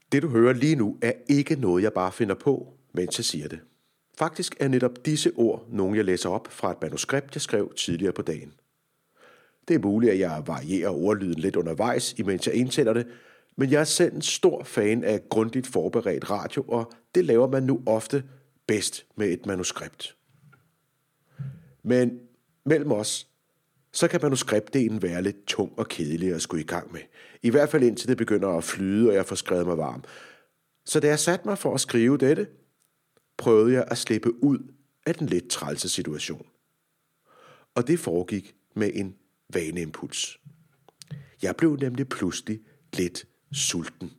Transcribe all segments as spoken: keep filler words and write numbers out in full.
Det du hører lige nu er ikke noget, jeg bare finder på, mens jeg siger det. Faktisk er netop disse ord nogle, jeg læser op fra et manuskript, jeg skrev tidligere på dagen. Det er muligt, at jeg varierer ordlyden lidt undervejs, imens jeg indtaler det, men jeg er selv en stor fan af grundigt forberedt radio, og det laver man nu ofte bedst med et manuskript. Men mellem os, så kan manuskriptdelen være lidt tung og kedelig at skulle i gang med. I hvert fald indtil det begynder at flyde, og jeg får skrevet mig varm. Så da jeg satte mig for at skrive dette, prøvede jeg at slippe ud af den lidt trælse situation. Og det foregik med en vaneimpuls. Jeg blev nemlig pludselig lidt sulten.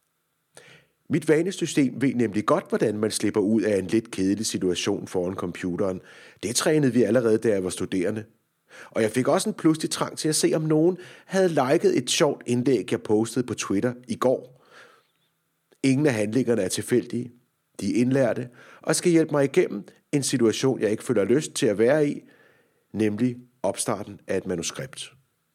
Mit vanesystem ved nemlig godt, hvordan man slipper ud af en lidt kedelig situation foran computeren. Det trænede vi allerede, da jeg var studerende. Og jeg fik også en pludselig trang til at se, om nogen havde liket et sjovt indlæg, jeg postede på Twitter i går. Ingen af handlingerne er tilfældige. De er indlærte og skal hjælpe mig igennem en situation, jeg ikke føler lyst til at være i, nemlig opstarten af et manuskript.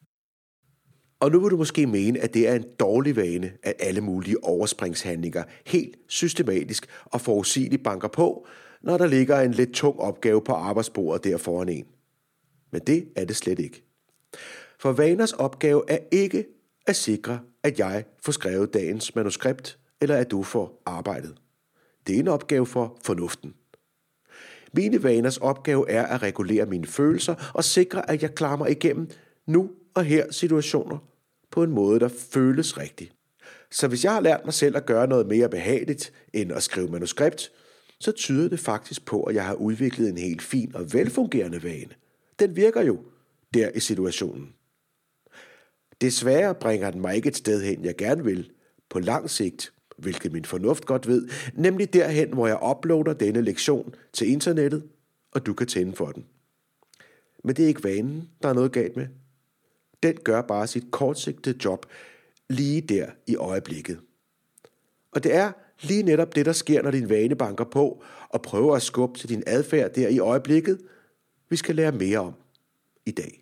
Og nu vil du måske mene, at det er en dårlig vane, at alle mulige overspringshandlinger helt systematisk og forudsigeligt banker på, når der ligger en lidt tung opgave på arbejdsbordet der foran en. Men det er det slet ikke. For vaners opgave er ikke at sikre, at jeg får skrevet dagens manuskript, eller at du får arbejdet. Det er en opgave for fornuften. Mine vaners opgave er at regulere mine følelser og sikre, at jeg klarer mig igennem nu og her situationer på en måde, der føles rigtig. Så hvis jeg har lært mig selv at gøre noget mere behageligt end at skrive manuskript, så tyder det faktisk på, at jeg har udviklet en helt fin og velfungerende vane. Den virker jo der i situationen. Desværre bringer den mig ikke et sted hen, jeg gerne vil, på lang sigt, hvilket min fornuft godt ved, nemlig derhen, hvor jeg uploader denne lektion til internettet, og du kan tænde for den. Men det er ikke vanen, der er noget galt med. Den gør bare sit kortsigtede job lige der i øjeblikket. Og det er lige netop det, der sker, når din vane banker på og prøver at skubbe til din adfærd der i øjeblikket, vi skal lære mere om i dag.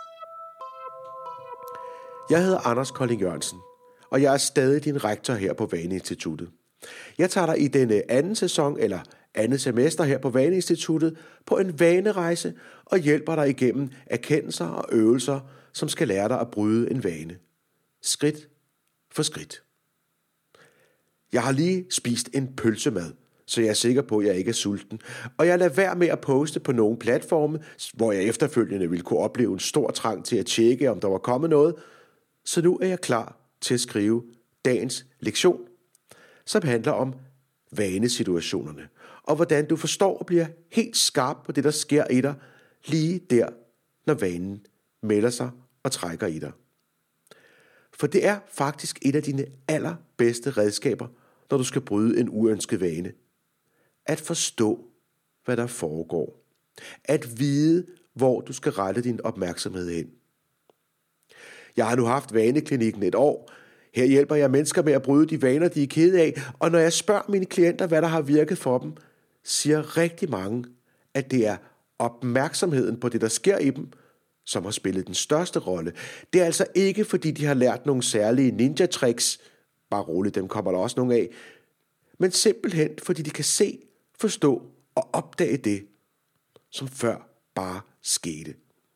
Jeg hedder Anders Kolding Jørgensen, og jeg er stadig din rektor her på Vaneinstituttet. Jeg tager dig i denne anden sæson eller andet semester her på Vaneinstituttet på en vanerejse og hjælper dig igennem erkendelser og øvelser, som skal lære dig at bryde en vane. Skridt for skridt. Jeg har lige spist en pølsemad, så jeg er sikker på, at jeg ikke er sulten. Og jeg lader være med at poste på nogle platforme, hvor jeg efterfølgende ville kunne opleve en stor trang til at tjekke, om der var kommet noget. Så nu er jeg klar til at skrive dagens lektion, som handler om vanesituationerne, og hvordan du forstår og bliver helt skarp på det, der sker i dig, lige der, når vanen melder sig og trækker i dig. For det er faktisk et af dine allerbedste redskaber, når du skal bryde en uønsket vane. At forstå, hvad der foregår. At vide, hvor du skal rette din opmærksomhed hen. Jeg har nu haft vaneklinikken et år. Her hjælper jeg mennesker med at bryde de vaner, de er kede af, og når jeg spørger mine klienter, hvad der har virket for dem, siger rigtig mange, at det er opmærksomheden på det, der sker i dem, som har spillet den største rolle. Det er altså ikke, fordi de har lært nogle særlige ninja-tricks, bare roligt, dem kommer der også nogle af, men simpelthen, fordi de kan se, forstå og opdage det, som før bare skete.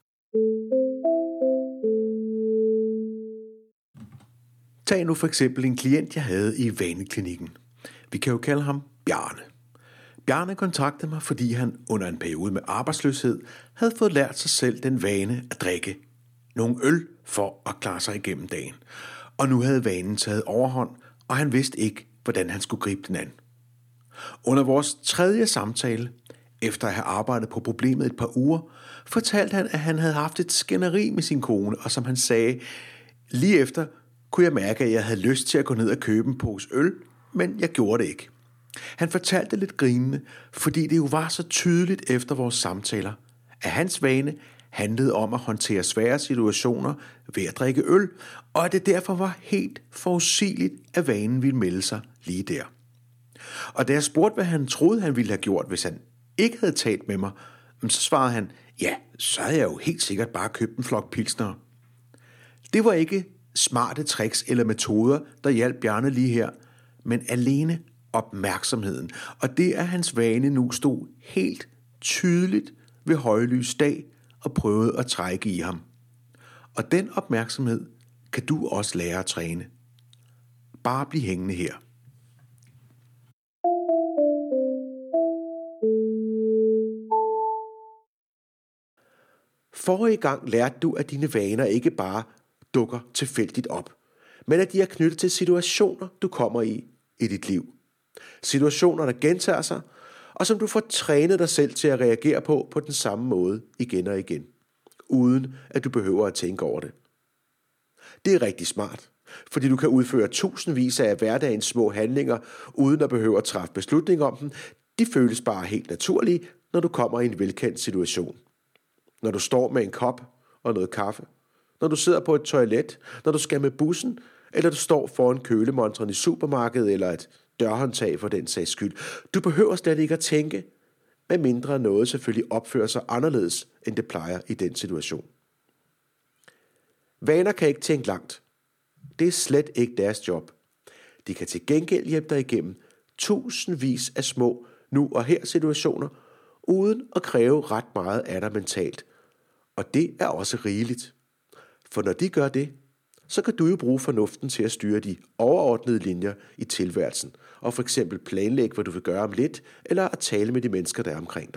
Tag nu for eksempel en klient, jeg havde i vaneklinikken. Vi kan jo kalde ham Bjarne. Bjarne kontaktede mig, fordi han under en periode med arbejdsløshed havde fået lært sig selv den vane at drikke nogle øl for at klare sig igennem dagen. Og nu havde vanen taget overhånd, og han vidste ikke, hvordan han skulle gribe den an. Under vores tredje samtale, efter at have arbejdet på problemet et par uger, fortalte han, at han havde haft et skænderi med sin kone, og som han sagde, lige efter kunne jeg mærke, at jeg havde lyst til at gå ned og købe en pose øl, men jeg gjorde det ikke. Han fortalte lidt grinende, fordi det jo var så tydeligt efter vores samtaler, at hans vane handlede om at håndtere svære situationer ved at drikke øl, og at det derfor var helt forudsigeligt, at vanen ville melde sig lige der. Og da jeg spurgte, hvad han troede, han ville have gjort, hvis han ikke havde talt med mig, så svarede han, ja, så havde jeg jo helt sikkert bare købt en flok pilsnere. Det var ikke smarte tricks eller metoder, der hjalp Bjarne lige her, men alene opmærksomheden. Og det er hans vane nu stod helt tydeligt ved højlys dag og prøvede at trække i ham. Og den opmærksomhed kan du også lære at træne. Bare bliv hængende her. Forrige gang lærte du, at dine vaner ikke bare dukker tilfældigt op, men at de er knyttet til situationer, du kommer i i dit liv. Situationer, der gentager sig, og som du får trænet dig selv til at reagere på på den samme måde igen og igen, uden at du behøver at tænke over det. Det er rigtig smart, fordi du kan udføre tusindvis af hverdagens små handlinger, uden at behøve at træffe beslutning om dem. De føles bare helt naturlige, når du kommer i en velkendt situation. Når du står med en kop og noget kaffe, når du sidder på et toilet, når du skal med bussen, eller du står foran kølemontren i supermarkedet eller et dørhåndtag for den sags skyld. Du behøver slet ikke at tænke, medmindre noget selvfølgelig opfører sig anderledes, end det plejer i den situation. Vaner kan ikke tænke langt. Det er slet ikke deres job. De kan til gengæld hjælpe dig igennem tusindvis af små nu og her situationer, uden at kræve ret meget af dig mentalt. Og det er også rigeligt. For når de gør det, så kan du jo bruge fornuften til at styre de overordnede linjer i tilværelsen, og for eksempel planlægge, hvad du vil gøre om lidt, eller at tale med de mennesker, der er omkring dig.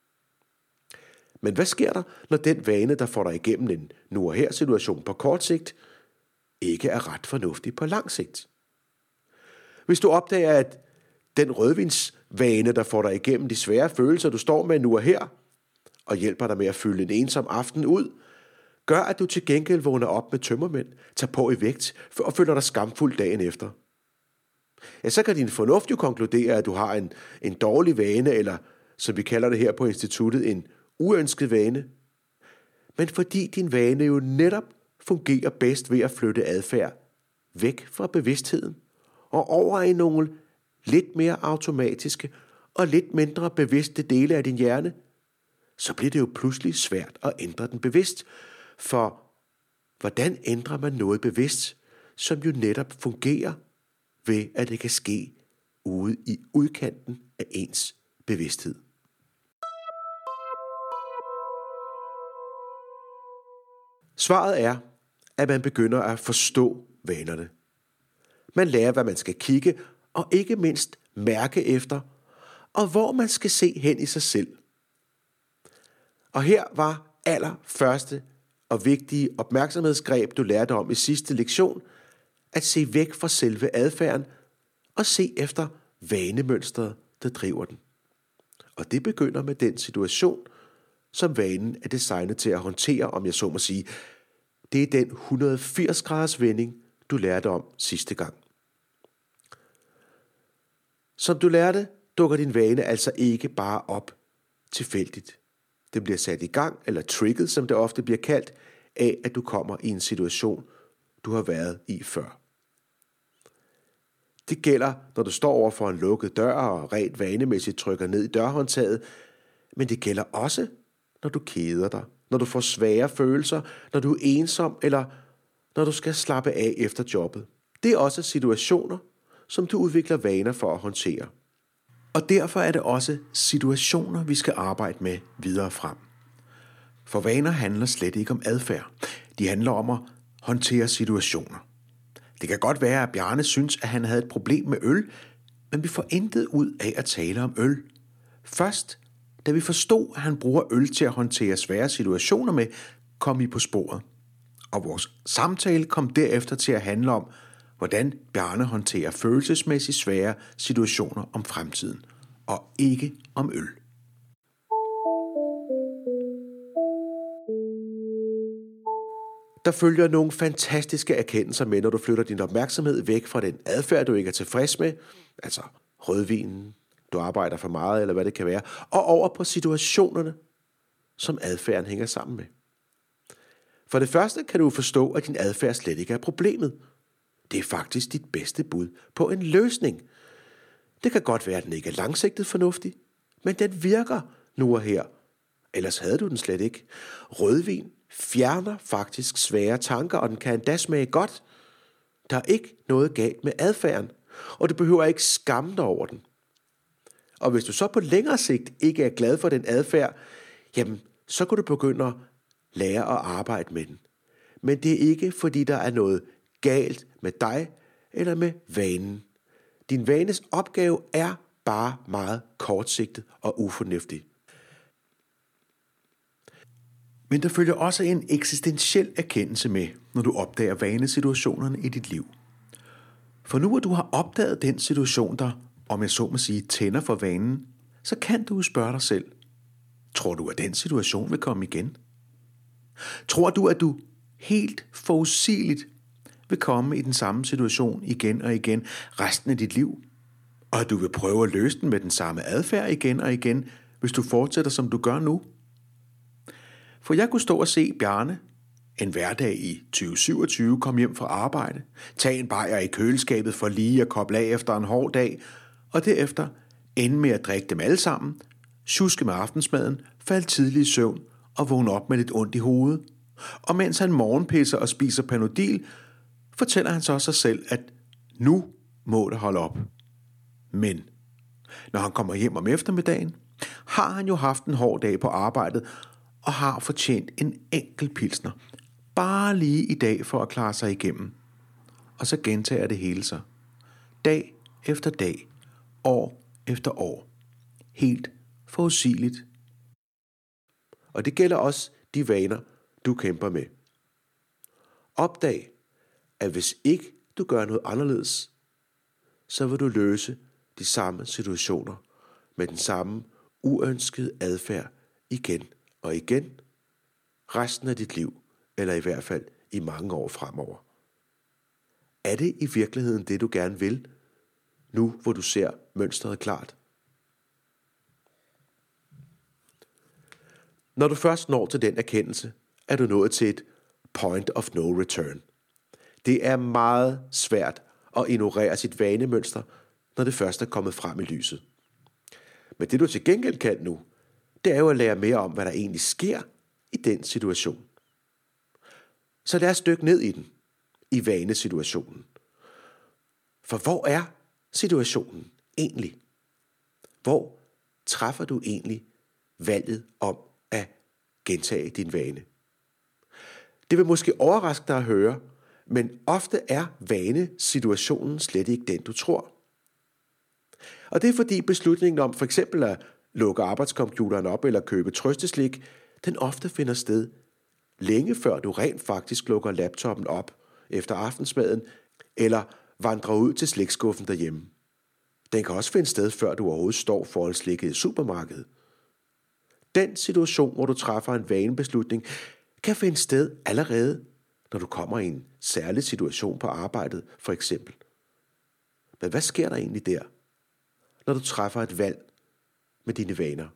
Men hvad sker der, når den vane, der får dig igennem en nu og her situation på kort sigt, ikke er ret fornuftig på lang sigt? Hvis du opdager, at den rødvinsvane, der får dig igennem de svære følelser, du står med nu og her, og hjælper dig med at fylde en ensom aften ud, gør, at du til gengæld vågner op med tømmermænd, tager på i vægt og føler dig skamfuld dagen efter. Ja, så kan din fornuft jo konkludere, at du har en, en dårlig vane, eller som vi kalder det her på instituttet, en uønsket vane. Men fordi din vane jo netop fungerer bedst ved at flytte adfærd væk fra bevidstheden og over i nogle lidt mere automatiske og lidt mindre bevidste dele af din hjerne, så bliver det jo pludselig svært at ændre den bevidst. For hvordan ændrer man noget bevidst, som jo netop fungerer ved, at det kan ske ude i udkanten af ens bevidsthed? Svaret er, at man begynder at forstå vanerne. Man lærer, hvad man skal kigge og ikke mindst mærke efter, og hvor man skal se hen i sig selv. Og her var allerførste og vigtige opmærksomhedsgreb, du lærte om i sidste lektion, at se væk fra selve adfærden og se efter vanemønstret, der driver den. Og det begynder med den situation, som vanen er designet til at håndtere, om jeg så må sige. Det er den et hundrede og firs graders vending, du lærte om sidste gang. Som du lærte, dukker din vane altså ikke bare op tilfældigt. Den bliver sat i gang, eller trigget, som det ofte bliver kaldt, af at du kommer i en situation, du har været i før. Det gælder, når du står over for en lukket dør og rent vanemæssigt trykker ned i dørhåndtaget, men det gælder også, når du keder dig, når du får svære følelser, når du er ensom, eller når du skal slappe af efter jobbet. Det er også situationer, som du udvikler vaner for at håndtere. Og derfor er det også situationer, vi skal arbejde med videre frem. For vaner handler slet ikke om adfærd. De handler om at håndtere situationer. Det kan godt være, at Bjarne synes, at han havde et problem med øl, men vi får intet ud af at tale om øl. Først, da vi forstod, at han bruger øl til at håndtere svære situationer med, kom vi på sporet. Og vores samtale kom derefter til at handle om, hvordan Bjarne håndterer følelsesmæssigt svære situationer om fremtiden, og ikke om øl. Der følger nogle fantastiske erkendelser med, når du flytter din opmærksomhed væk fra den adfærd, du ikke er tilfreds med, altså rødvinen, du arbejder for meget, eller hvad det kan være, og over på situationerne, som adfærden hænger sammen med. For det første kan du forstå, at din adfærd slet ikke er problemet. Det er faktisk dit bedste bud på en løsning. Det kan godt være, at den ikke er langsigtet fornuftig, men den virker nu og her. Ellers havde du den slet ikke. Rødvin fjerner faktisk svære tanker, og den kan endda smage godt. Der er ikke noget galt med adfærden. og du behøver ikke skamme dig over den. Og hvis du så på længere sigt ikke er glad for den adfærd, jamen, så kan du begynde at lære at arbejde med den. Men det er ikke, fordi der er noget galt med dig eller med vanen. Din vanes opgave er bare meget kortsigtet og ufornuftig. Men der følger også en eksistentiel erkendelse med, når du opdager vanesituationerne i dit liv. For nu, hvor du har opdaget den situation, der, om jeg så må sige, tænder for vanen, så kan du spørge dig selv, tror du, at den situation vil komme igen? Tror du, at du helt forudsigeligt vil komme i den samme situation igen og igen resten af dit liv? Og at du vil prøve at løse den med den samme adfærd igen og igen, hvis du fortsætter, som du gør nu? For jeg kunne stå og se Bjarne en hverdag i tyve syvogtyve komme hjem fra arbejde, tage en bajer i køleskabet for lige at koble af efter en hård dag, og derefter ende med at drikke dem alle sammen, sjuske med aftensmaden, falde tidlig i søvn og vågne op med lidt ondt i hovedet. Og mens han morgenpisser og spiser Panodil, fortæller han så sig selv, at nu må det holde op. Men når han kommer hjem om eftermiddagen, har han jo haft en hård dag på arbejdet og har fortjent en enkelt pilsner, bare lige i dag for at klare sig igennem. Og så gentager det hele sig. Dag efter dag, år efter år. Helt forudsigeligt. Og det gælder også de vaner, du kæmper med. Opdag, at hvis ikke du gør noget anderledes, så vil du løse de samme situationer med den samme uønskede adfærd igen og igen resten af dit liv, eller i hvert fald i mange år fremover. Er det i virkeligheden det, du gerne vil, nu hvor du ser mønstret klart? Når du først når til den erkendelse, er du nået til et point of no return. Det er meget svært at ignorere sit vanemønster, når det først er kommet frem i lyset. Men det du til gengæld kan nu, det er jo at lære mere om, hvad der egentlig sker i den situation. Så lad os dykke ned i den, i vanesituationen. For hvor er situationen egentlig? Hvor træffer du egentlig valget om at gentage din vane? Det vil måske overraske dig at høre, men ofte er vanesituationen slet ikke den, du tror. Og det er fordi beslutningen om for eksempel at lukke arbejdscomputeren op eller købe trøsteslik, den ofte finder sted længe før du rent faktisk lukker laptoppen op efter aftensmaden eller vandrer ud til slikskuffen derhjemme. Den kan også finde sted før du overhovedet står foran slikket i supermarkedet. Den situation, hvor du træffer en vanebeslutning, kan finde sted allerede, når du kommer i en særlig situation på arbejdet, for eksempel. Men hvad sker der egentlig der, når du træffer et valg med dine vaner?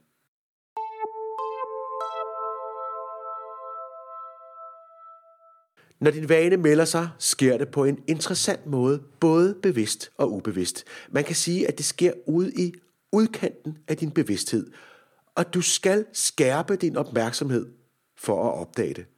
Når din vane melder sig, sker det på en interessant måde, både bevidst og ubevidst. Man kan sige, at det sker ude i udkanten af din bevidsthed, og du skal skærpe din opmærksomhed for at opdage det.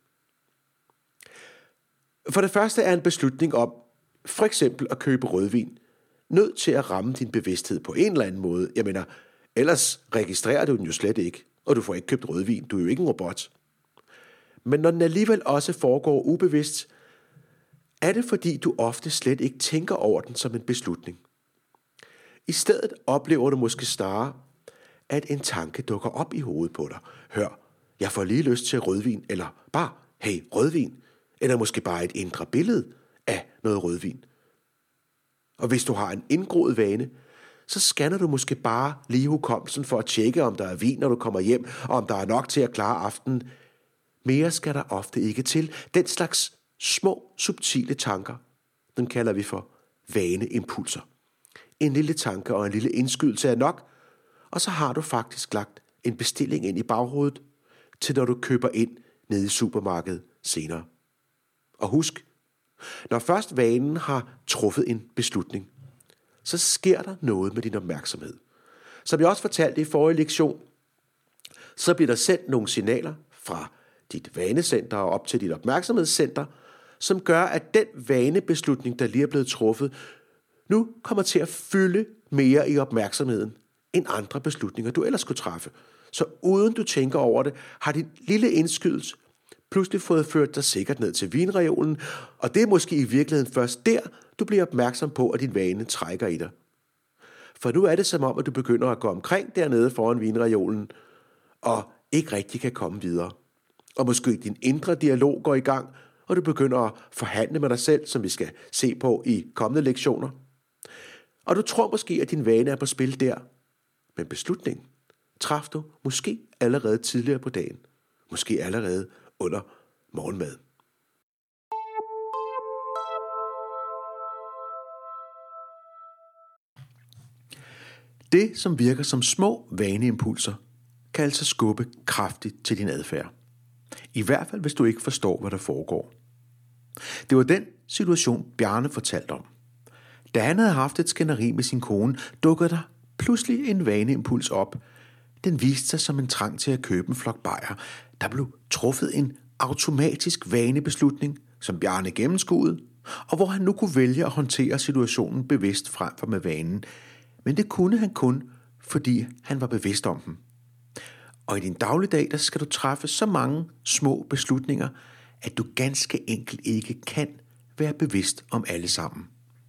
For det første er en beslutning om, for eksempel at købe rødvin, nødt til at ramme din bevidsthed på en eller anden måde. Jeg mener, ellers registrerer du den jo slet ikke, og du får ikke købt rødvin. Du er jo ikke en robot. Men når den alligevel også foregår ubevidst, er det fordi du ofte slet ikke tænker over den som en beslutning. I stedet oplever du måske snarere, at en tanke dukker op i hovedet på dig. Hør, jeg får lige lyst til rødvin, eller bare, hey, rødvin, eller måske bare et indre billede af noget rødvin. Og hvis du har en indgroet vane, så scanner du måske bare lige hukommelsen for at tjekke, om der er vin, når du kommer hjem, og om der er nok til at klare aftenen. Mere skal der ofte ikke til. Den slags små, subtile tanker, den kalder vi for vaneimpulser. En lille tanke og en lille indskydelse er nok, og så har du faktisk lagt en bestilling ind i baghovedet, til når du køber ind nede i supermarkedet senere. Og husk, når først vanen har truffet en beslutning, så sker der noget med din opmærksomhed. Som jeg også fortalte i forrige lektion, så bliver der sendt nogle signaler fra dit vanecenter og op til dit opmærksomhedscenter, som gør, at den vanebeslutning, der lige er blevet truffet, nu kommer til at fylde mere i opmærksomheden end andre beslutninger, du ellers skulle træffe. Så uden du tænker over det, har din lille indskydelse pludselig fået ført dig sikkert ned til vinreolen, og det er måske i virkeligheden først der, du bliver opmærksom på, at din vane trækker i dig. For nu er det som om, at du begynder at gå omkring dernede foran vinreolen, og ikke rigtig kan komme videre. Og måske din indre dialog går i gang, og du begynder at forhandle med dig selv, som vi skal se på i kommende lektioner. Og du tror måske, at din vane er på spil der. Men beslutningen traf du måske allerede tidligere på dagen. Måske allerede under morgenmad. Det, som virker som små vaneimpulser, kan altså skubbe kraftigt til din adfærd. I hvert fald, hvis du ikke forstår, hvad der foregår. Det var den situation, Bjarne fortalte om. Da han havde haft et skænderi med sin kone, dukkede der pludselig en vaneimpuls op. Den viste sig som en trang til at købe en flok bajer. Der blev truffet en automatisk vanebeslutning, som Bjarne gennemskuede, og hvor han nu kunne vælge at håndtere situationen bevidst frem for med vanen. Men det kunne han kun, fordi han var bevidst om den. Og i din dagligdag, der skal du træffe så mange små beslutninger, at du ganske enkelt ikke kan være bevidst om alle sammen.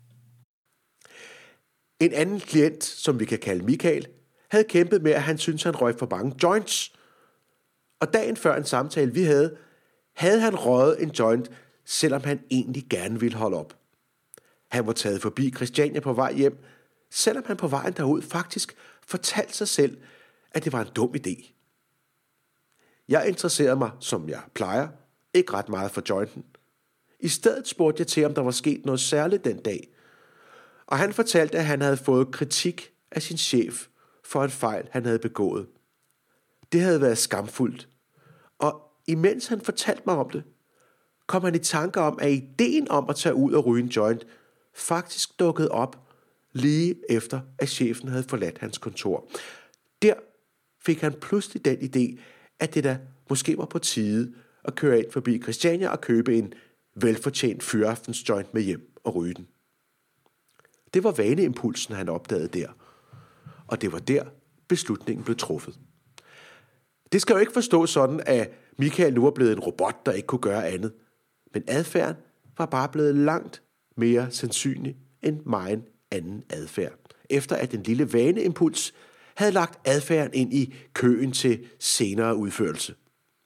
En anden klient, som vi kan kalde Michael, havde kæmpet med, at han syntes, han røg for mange joints. Og dagen før en samtale, vi havde, havde han røget en joint, selvom han egentlig gerne ville holde op. Han var taget forbi Christiania på vej hjem, selvom han på vejen derud faktisk fortalte sig selv, at det var en dum idé. Jeg interesserede mig, som jeg plejer, ikke ret meget for jointen. I stedet spurgte jeg til, om der var sket noget særligt den dag. Og han fortalte, at han havde fået kritik af sin chef for en fejl, han havde begået. Det havde været skamfuldt. Og imens han fortalte mig om det, kom han i tanke om, at ideen om at tage ud og ryge en joint faktisk dukkede op lige efter, at chefen havde forladt hans kontor. Der fik han pludselig den idé, at det da måske var på tide at køre ind forbi Christiania og købe en velfortjent fyraftensjoint med hjem og ryge den. Det var vaneimpulsen, han opdagede der. Og det var der, beslutningen blev truffet. Det skal jo ikke forstås sådan, at Michael nu er blevet en robot, der ikke kunne gøre andet. Men adfærden var bare blevet langt mere sandsynlig end megen anden adfærd. Efter at den lille vaneimpuls havde lagt adfærden ind i køen til senere udførelse.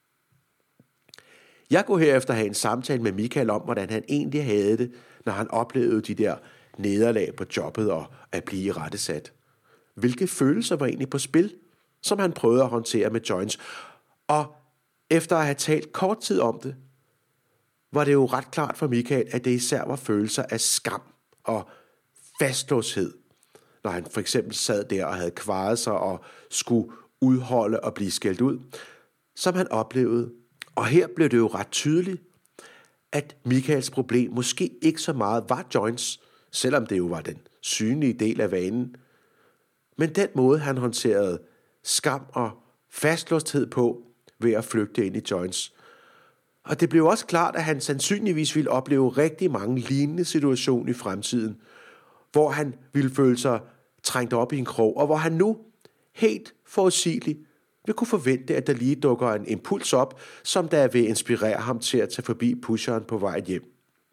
Jeg kunne herefter have en samtale med Michael om, hvordan han egentlig havde det, når han oplevede de der nederlag på jobbet og at blive irettesat. Hvilke følelser var egentlig på spil, som han prøvede at håndtere med joints. Og efter at have talt kort tid om det, var det jo ret klart for Michael, at det især var følelser af skam og fastlåshed, når han for eksempel sad der og havde kvaret sig og skulle udholde og blive skældt ud, som han oplevede. Og her blev det jo ret tydeligt, at Michaels problem måske ikke så meget var joints, selvom det jo var den synlige del af vanen, men den måde, han håndterede skam og fastlåsthed på ved at flygte ind i joints. Og det blev også klart, at han sandsynligvis ville opleve rigtig mange lignende situationer i fremtiden, hvor han ville føle sig trængt op i en krog, og hvor han nu helt forudsigeligt vil kunne forvente, at der lige dukker en impuls op, som der vil inspirere ham til at tage forbi pusheren på vej hjem.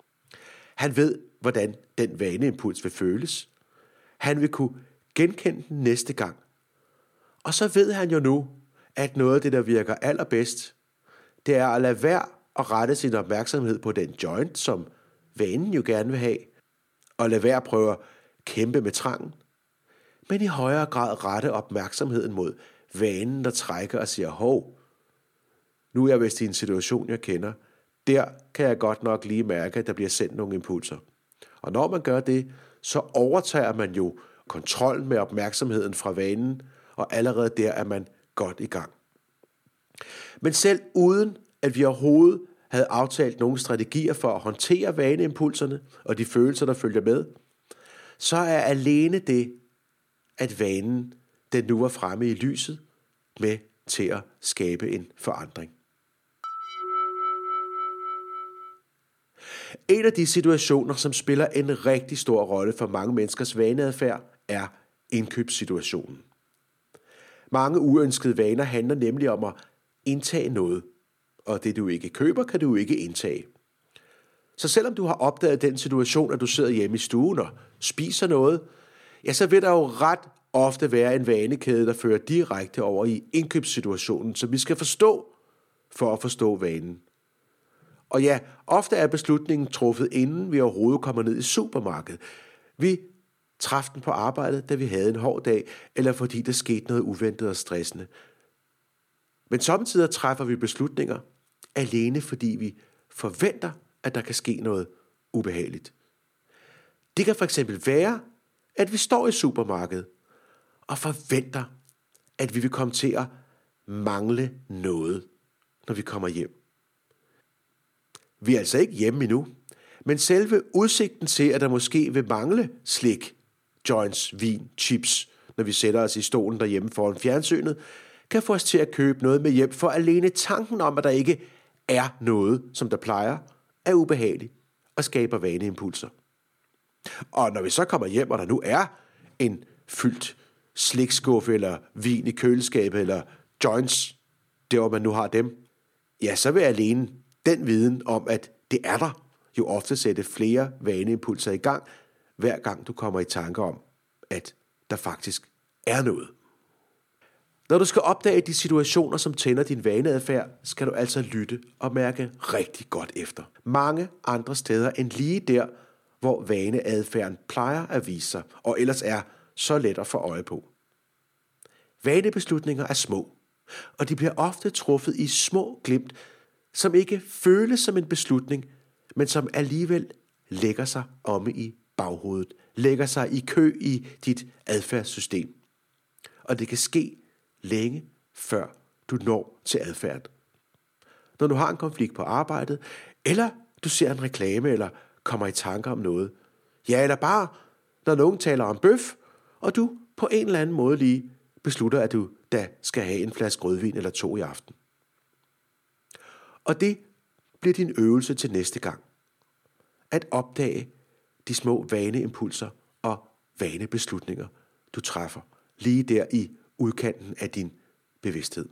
Han ved, hvordan den vaneimpuls vil føles. Han vil kunne genkende den næste gang. Og så ved han jo nu, at noget af det, der virker allerbedst, det er at lade være at rette sin opmærksomhed på den joint, som vanen jo gerne vil have, og lade være at prøve at kæmpe med trangen, men i højere grad rette opmærksomheden mod vanen, der trækker og siger, hov, nu er jeg vist i en situation, jeg kender. Der kan jeg godt nok lige mærke, at der bliver sendt nogle impulser. Og når man gør det, så overtager man jo kontrollen med opmærksomheden fra vanen, og allerede der er man godt i gang. Men selv uden, at vi overhovedet havde aftalt nogle strategier for at håndtere vaneimpulserne og de følelser, der følger med, så er alene det, at vanen, den nu er fremme i lyset, med til at skabe en forandring. En af de situationer, som spiller en rigtig stor rolle for mange menneskers vaneadfærd, er indkøbssituationen. Mange uønskede vaner handler nemlig om at indtage noget, og det du ikke køber, kan du ikke indtage. Så selvom du har opdaget den situation, at du sidder hjemme i stuen og spiser noget, ja, så vil der jo ret ofte være en vanekæde, der fører direkte over i indkøbssituationen, som vi skal forstå for at forstå vanen. Og ja, ofte er beslutningen truffet, inden vi overhovedet kommer ned i supermarkedet. Vi traf den på arbejdet, da vi havde en hård dag, eller fordi der skete noget uventet og stressende. Men samtidig træffer vi beslutninger alene, fordi vi forventer, at der kan ske noget ubehageligt. Det kan fx være, at vi står i supermarkedet og forventer, at vi vil komme til at mangle noget, når vi kommer hjem. Vi er altså ikke hjemme endnu, men selve udsigten til, at der måske vil mangle slik, joints, vin, chips, når vi sætter os i stolen derhjemme foran fjernsynet, kan få os til at købe noget med hjem, for alene tanken om, at der ikke er noget, som der plejer, er ubehagelig og skaber vaneimpulser. Og når vi så kommer hjem, og der nu er en fyldt slikskuffe eller vin i køleskabet eller joints, der hvor man nu har dem, ja, så vil alene den viden om, at det er der, jo ofte sætte flere vaneimpulser i gang, hver gang du kommer i tanke om, at der faktisk er noget. Når du skal opdage de situationer, som tænder din vaneadfærd, skal du altså lytte og mærke rigtig godt efter. Mange andre steder end lige der, hvor vaneadfærden plejer at vise sig, og ellers er så let at få øje på. Vanebeslutninger er små, og de bliver ofte truffet i små glimt, som ikke føles som en beslutning, men som alligevel lægger sig omme i baghovedet, lægger sig i kø i dit adfærdssystem. Og det kan ske længe før du når til adfærden. Når du har en konflikt på arbejdet, eller du ser en reklame, eller kommer i tanker om noget. Ja, eller bare, når nogen taler om bøf, og du på en eller anden måde lige beslutter, at du da skal have en flaske rødvin eller to i aften. Og det bliver din øvelse til næste gang. At opdage de små vaneimpulser og vanebeslutninger, du træffer lige der i udkanten af din bevidsthed.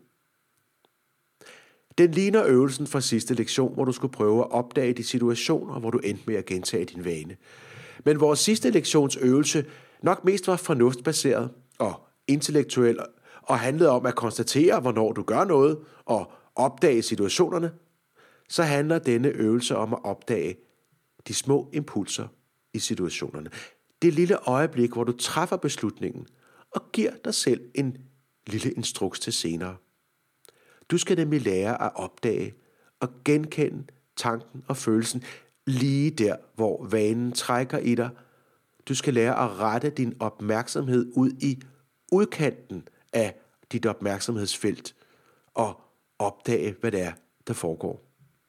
Den ligner øvelsen fra sidste lektion, hvor du skulle prøve at opdage de situationer, hvor du endte med at gentage din vane. Men vores sidste lektions øvelse nok mest var fornuftsbaseret og intellektuel og handlede om at konstatere, hvornår du gør noget og opdage situationerne, så handler denne øvelse om at opdage de små impulser i situationerne. Det lille øjeblik, hvor du træffer beslutningen og giver dig selv en lille instruks til senere. Du skal nemlig lære at opdage og genkende tanken og følelsen lige der, hvor vanen trækker i dig. Du skal lære at rette din opmærksomhed ud i udkanten af dit opmærksomhedsfelt og opdage, hvad det er, der foregår.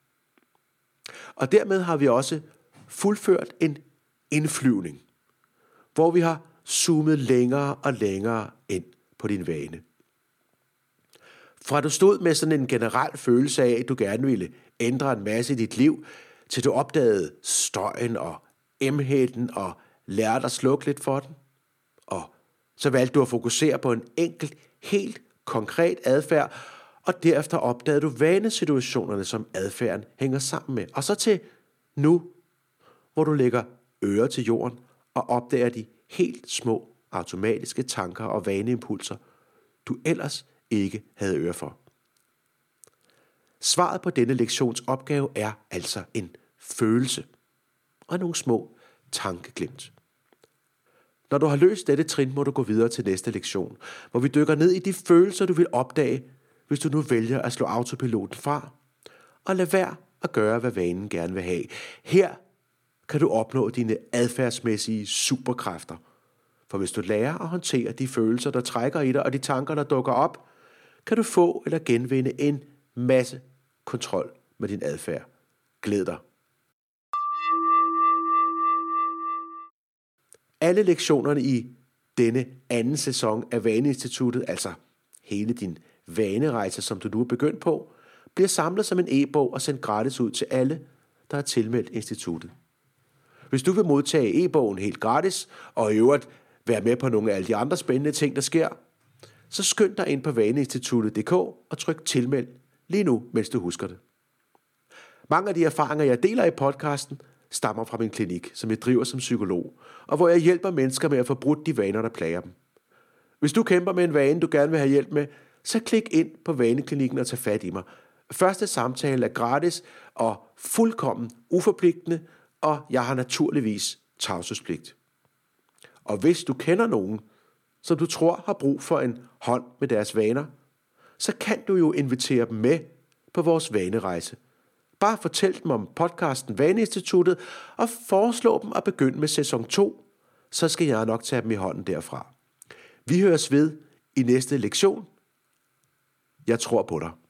Og dermed har vi også fuldført en indflyvning, hvor vi har zoomet længere og længere ind på din vane. Fra du stod med sådan en generel følelse af, at du gerne ville ændre en masse i dit liv, til du opdagede støjen og emheden og lærte at slukke lidt for den. Og så valgte du at fokusere på en enkelt, helt konkret adfærd, og derefter opdagede du vanesituationerne, som adfærden hænger sammen med. Og så til nu, hvor du lægger øre til jorden og opdager de helt små automatiske tanker og vaneimpulser, du ellers ikke havde øre for. Svaret på denne lektions opgave er altså en følelse og nogle små tankeglimt. Når du har løst dette trin, må du gå videre til næste lektion, hvor vi dykker ned i de følelser, du vil opdage, hvis du nu vælger at slå autopiloten fra, og lade være at gøre, hvad vanen gerne vil have. Her kan du opnå dine adfærdsmæssige superkræfter. For hvis du lærer at håndtere de følelser, der trækker i dig, og de tanker, der dukker op, kan du få eller genvinde en masse kontrol med din adfærd. Glæd dig. Alle lektionerne i denne anden sæson af Vaneinstituttet, altså hele din vanerejse, som du nu er begyndt på, bliver samlet som en e-bog og sendt gratis ud til alle, der er tilmeldt instituttet. Hvis du vil modtage e-bogen helt gratis, og i øvrigt være med på nogle af alle de andre spændende ting, der sker, så skynd dig ind på vaneinstituttet punktum d k og tryk tilmeld lige nu, mens du husker det. Mange af de erfaringer, jeg deler i podcasten, stammer fra min klinik, som jeg driver som psykolog, og hvor jeg hjælper mennesker med at få brudt de vaner, der plager dem. Hvis du kæmper med en vane, du gerne vil have hjælp med, så klik ind på Vaneklinikken og tag fat i mig. Første samtale er gratis og fuldkommen uforpligtende, og jeg har naturligvis tavshedspligt. Og hvis du kender nogen, som du tror har brug for en hånd med deres vaner, så kan du jo invitere dem med på vores vanerejse. Bare fortæl dem om podcasten Vaneinstituttet og foreslå dem at begynde med sæson to, så skal jeg nok tage dem i hånden derfra. Vi høres ved i næste lektion. Jeg tror på dig.